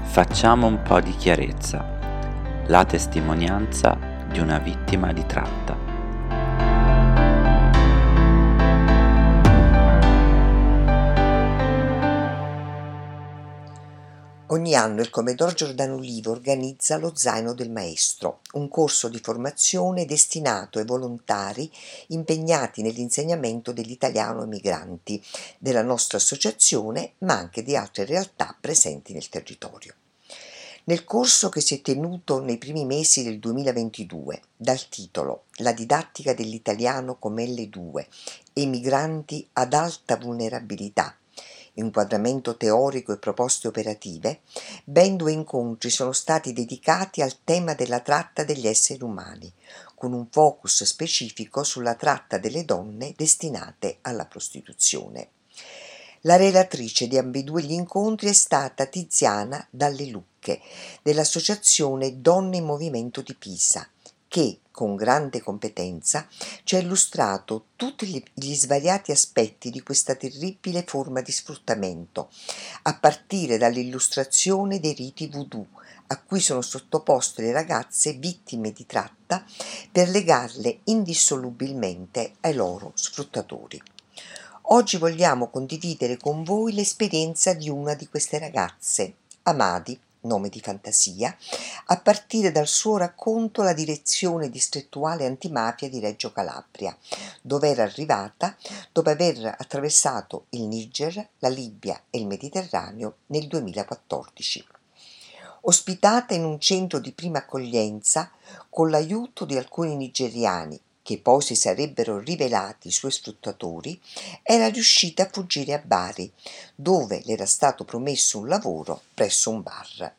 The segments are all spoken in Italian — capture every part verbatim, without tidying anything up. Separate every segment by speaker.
Speaker 1: Facciamo un po' di chiarezza. La testimonianza di una vittima di tratta.
Speaker 2: Ogni anno il Comedor Giordano Olivo organizza lo Zaino del Maestro, un corso di formazione destinato ai volontari impegnati nell'insegnamento dell'italiano ai migranti della nostra associazione, ma anche di altre realtà presenti nel territorio. Nel corso che si è tenuto nei primi mesi del duemilaventidue, dal titolo La didattica dell'italiano come elle due e i migranti ad alta vulnerabilità, inquadramento teorico e proposte operative, ben due incontri sono stati dedicati al tema della tratta degli esseri umani, con un focus specifico sulla tratta delle donne destinate alla prostituzione. La relatrice di ambedue gli incontri è stata Tiziana Dalle Lucche, dell'Associazione Donne in Movimento di Pisa, che, con grande competenza, ci ha illustrato tutti gli, gli svariati aspetti di questa terribile forma di sfruttamento, a partire dall'illustrazione dei riti voodoo a cui sono sottoposte le ragazze vittime di tratta per legarle indissolubilmente ai loro sfruttatori. Oggi vogliamo condividere con voi l'esperienza di una di queste ragazze, Amadi, nome di fantasia, a partire dal suo racconto alla direzione distrettuale antimafia di Reggio Calabria, dove era arrivata dopo aver attraversato il Niger, la Libia e il Mediterraneo nel duemilaquattordici. Ospitata in un centro di prima accoglienza con l'aiuto di alcuni nigeriani, che poi si sarebbero rivelati i suoi sfruttatori, era riuscita a fuggire a Bari, dove le era stato promesso un lavoro presso un bar.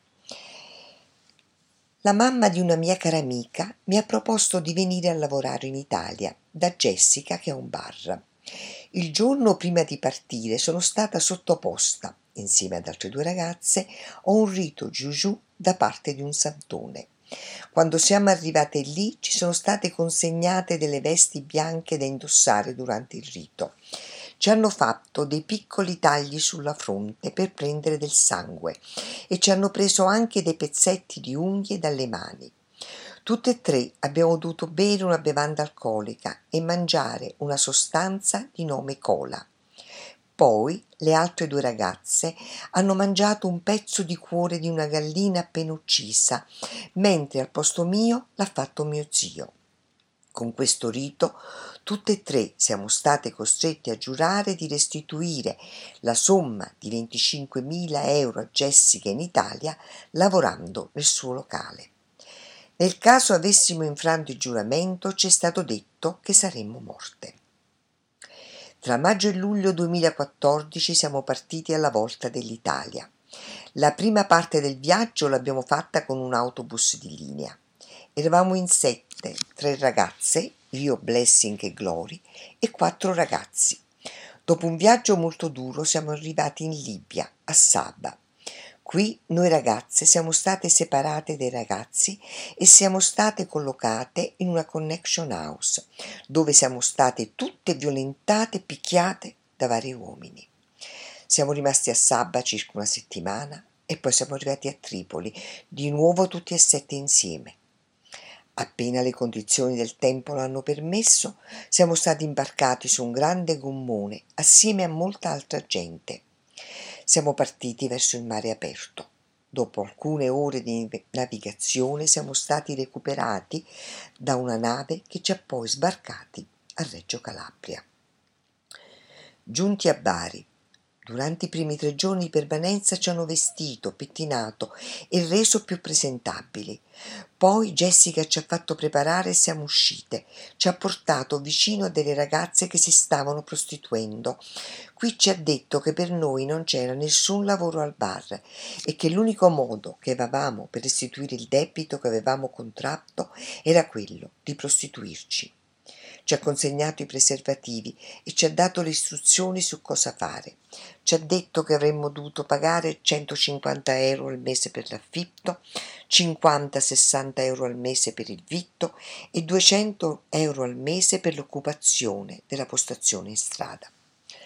Speaker 2: La mamma di una mia cara amica mi ha proposto di venire a lavorare in Italia da Jessica, che ha un bar. Il giorno prima di partire sono stata sottoposta, insieme ad altre due ragazze, a un rito juju da parte di un santone. Quando siamo arrivate lì ci sono state consegnate delle vesti bianche da indossare durante il rito. Ci hanno fatto dei piccoli tagli sulla fronte per prendere del sangue e ci hanno preso anche dei pezzetti di unghie dalle mani. Tutte e tre abbiamo dovuto bere una bevanda alcolica e mangiare una sostanza di nome cola. Poi le altre due ragazze hanno mangiato un pezzo di cuore di una gallina appena uccisa, mentre al posto mio l'ha fatto mio zio. Con questo rito tutte e tre siamo state costrette a giurare di restituire la somma di venticinquemila euro a Jessica in Italia lavorando nel suo locale. Nel caso avessimo infranto il giuramento, ci è stato detto che saremmo morte. Tra maggio e luglio duemilaquattordici siamo partiti alla volta dell'Italia. La prima parte del viaggio l'abbiamo fatta con un autobus di linea. Eravamo in sette, tre ragazze, io, Blessing e Glory, e quattro ragazzi. Dopo un viaggio molto duro siamo arrivati in Libia, a Saba. Qui noi ragazze siamo state separate dai ragazzi e siamo state collocate in una connection house, dove siamo state tutte violentate e picchiate da vari uomini. Siamo rimasti a Saba circa una settimana e poi siamo arrivati a Tripoli, di nuovo tutti e sette insieme. Appena le condizioni del tempo l'hanno permesso, siamo stati imbarcati su un grande gommone assieme a molta altra gente. Siamo partiti verso il mare aperto. Dopo alcune ore di navigazione siamo stati recuperati da una nave che ci ha poi sbarcati a Reggio Calabria. Giunti a Bari, durante i primi tre giorni di permanenza ci hanno vestito, pettinato e reso più presentabili. Poi Jessica ci ha fatto preparare e siamo uscite. Ci ha portato vicino a delle ragazze che si stavano prostituendo. Qui ci ha detto che per noi non c'era nessun lavoro al bar e che l'unico modo che avevamo per restituire il debito che avevamo contratto era quello di prostituirci. Ci ha consegnato i preservativi e ci ha dato le istruzioni su cosa fare. Ci ha detto che avremmo dovuto pagare centocinquanta euro al mese per l'affitto, cinquanta sessanta euro al mese per il vitto e duecento euro al mese per l'occupazione della postazione in strada.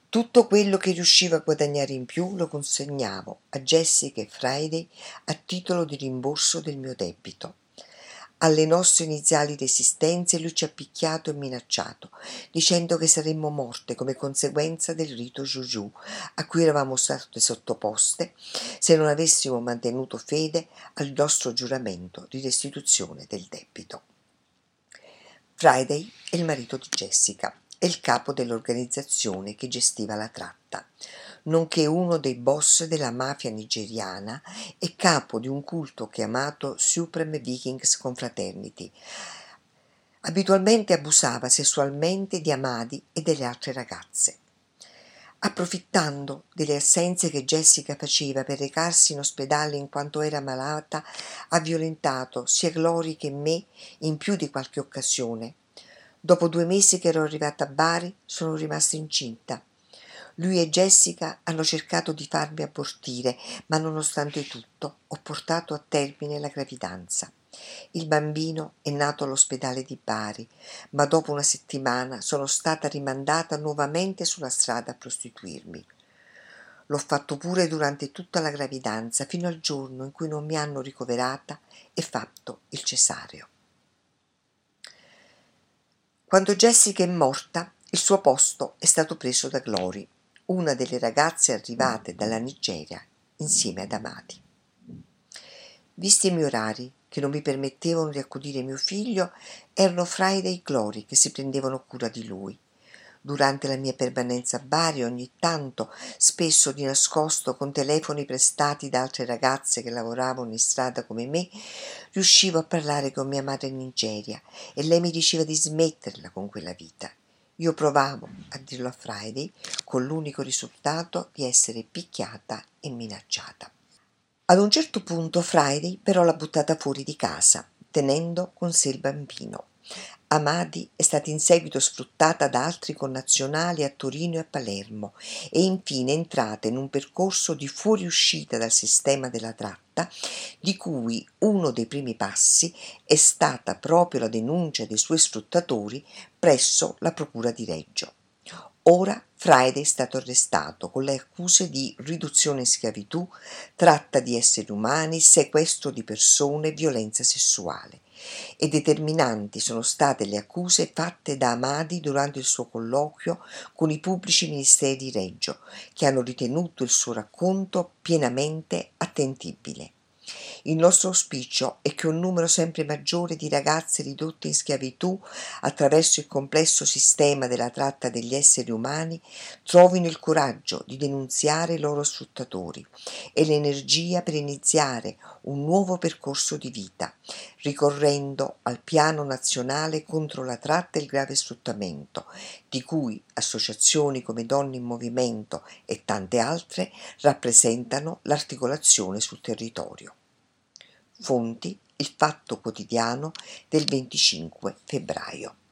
Speaker 2: Tutto quello che riuscivo a guadagnare in più lo consegnavo a Jessica e Friday a titolo di rimborso del mio debito. Alle nostre iniziali resistenze lui ci ha picchiato e minacciato, dicendo che saremmo morte come conseguenza del rito Juju a cui eravamo state sottoposte se non avessimo mantenuto fede al nostro giuramento di restituzione del debito. Friday è il marito di Jessica, è il capo dell'organizzazione che gestiva la tratta, nonché uno dei boss della mafia nigeriana e capo di un culto chiamato Supreme Vikings Confraternity. Abitualmente abusava sessualmente di Amadi e delle altre ragazze. Approfittando delle assenze che Jessica faceva per recarsi in ospedale in quanto era malata, ha violentato sia Glory che me in più di qualche occasione. Dopo due mesi che ero arrivata a Bari, sono rimasta incinta. Lui e Jessica hanno cercato di farmi abortire, ma nonostante tutto ho portato a termine la gravidanza. Il bambino è nato all'ospedale di Bari, ma dopo una settimana sono stata rimandata nuovamente sulla strada a prostituirmi. L'ho fatto pure durante tutta la gravidanza, fino al giorno in cui non mi hanno ricoverata e fatto il cesareo. Quando Jessica è morta, il suo posto è stato preso da Glory, una delle ragazze arrivate dalla Nigeria insieme ad Amadi. Visti i miei orari, che non mi permettevano di accudire mio figlio, erano Friday e Glory che si prendevano cura di lui. Durante la mia permanenza a Bari, ogni tanto, spesso di nascosto con telefoni prestati da altre ragazze che lavoravano in strada come me, riuscivo a parlare con mia madre in Nigeria e lei mi diceva di smetterla con quella vita. Io provavo a dirlo a Friday con l'unico risultato di essere picchiata e minacciata. Ad un certo punto Friday però l'ha buttata fuori di casa, tenendo con sé il bambino. Amadi è stata in seguito sfruttata da altri connazionali a Torino e a Palermo e infine entrata in un percorso di fuoriuscita dal sistema della tratta, di cui uno dei primi passi è stata proprio la denuncia dei suoi sfruttatori presso la procura di Reggio. Ora Friday è stato arrestato con le accuse di riduzione in schiavitù, tratta di esseri umani, sequestro di persone e violenza sessuale. E determinanti sono state le accuse fatte da Amadi durante il suo colloquio con i pubblici ministeri di Reggio, che hanno ritenuto il suo racconto pienamente attendibile. Il nostro auspicio è che un numero sempre maggiore di ragazze ridotte in schiavitù attraverso il complesso sistema della tratta degli esseri umani trovino il coraggio di denunziare i loro sfruttatori e l'energia per iniziare un nuovo percorso di vita, ricorrendo al piano nazionale contro la tratta e il grave sfruttamento, di cui associazioni come Donne in Movimento e tante altre rappresentano l'articolazione sul territorio. Fonti: Il Fatto Quotidiano del venticinque febbraio.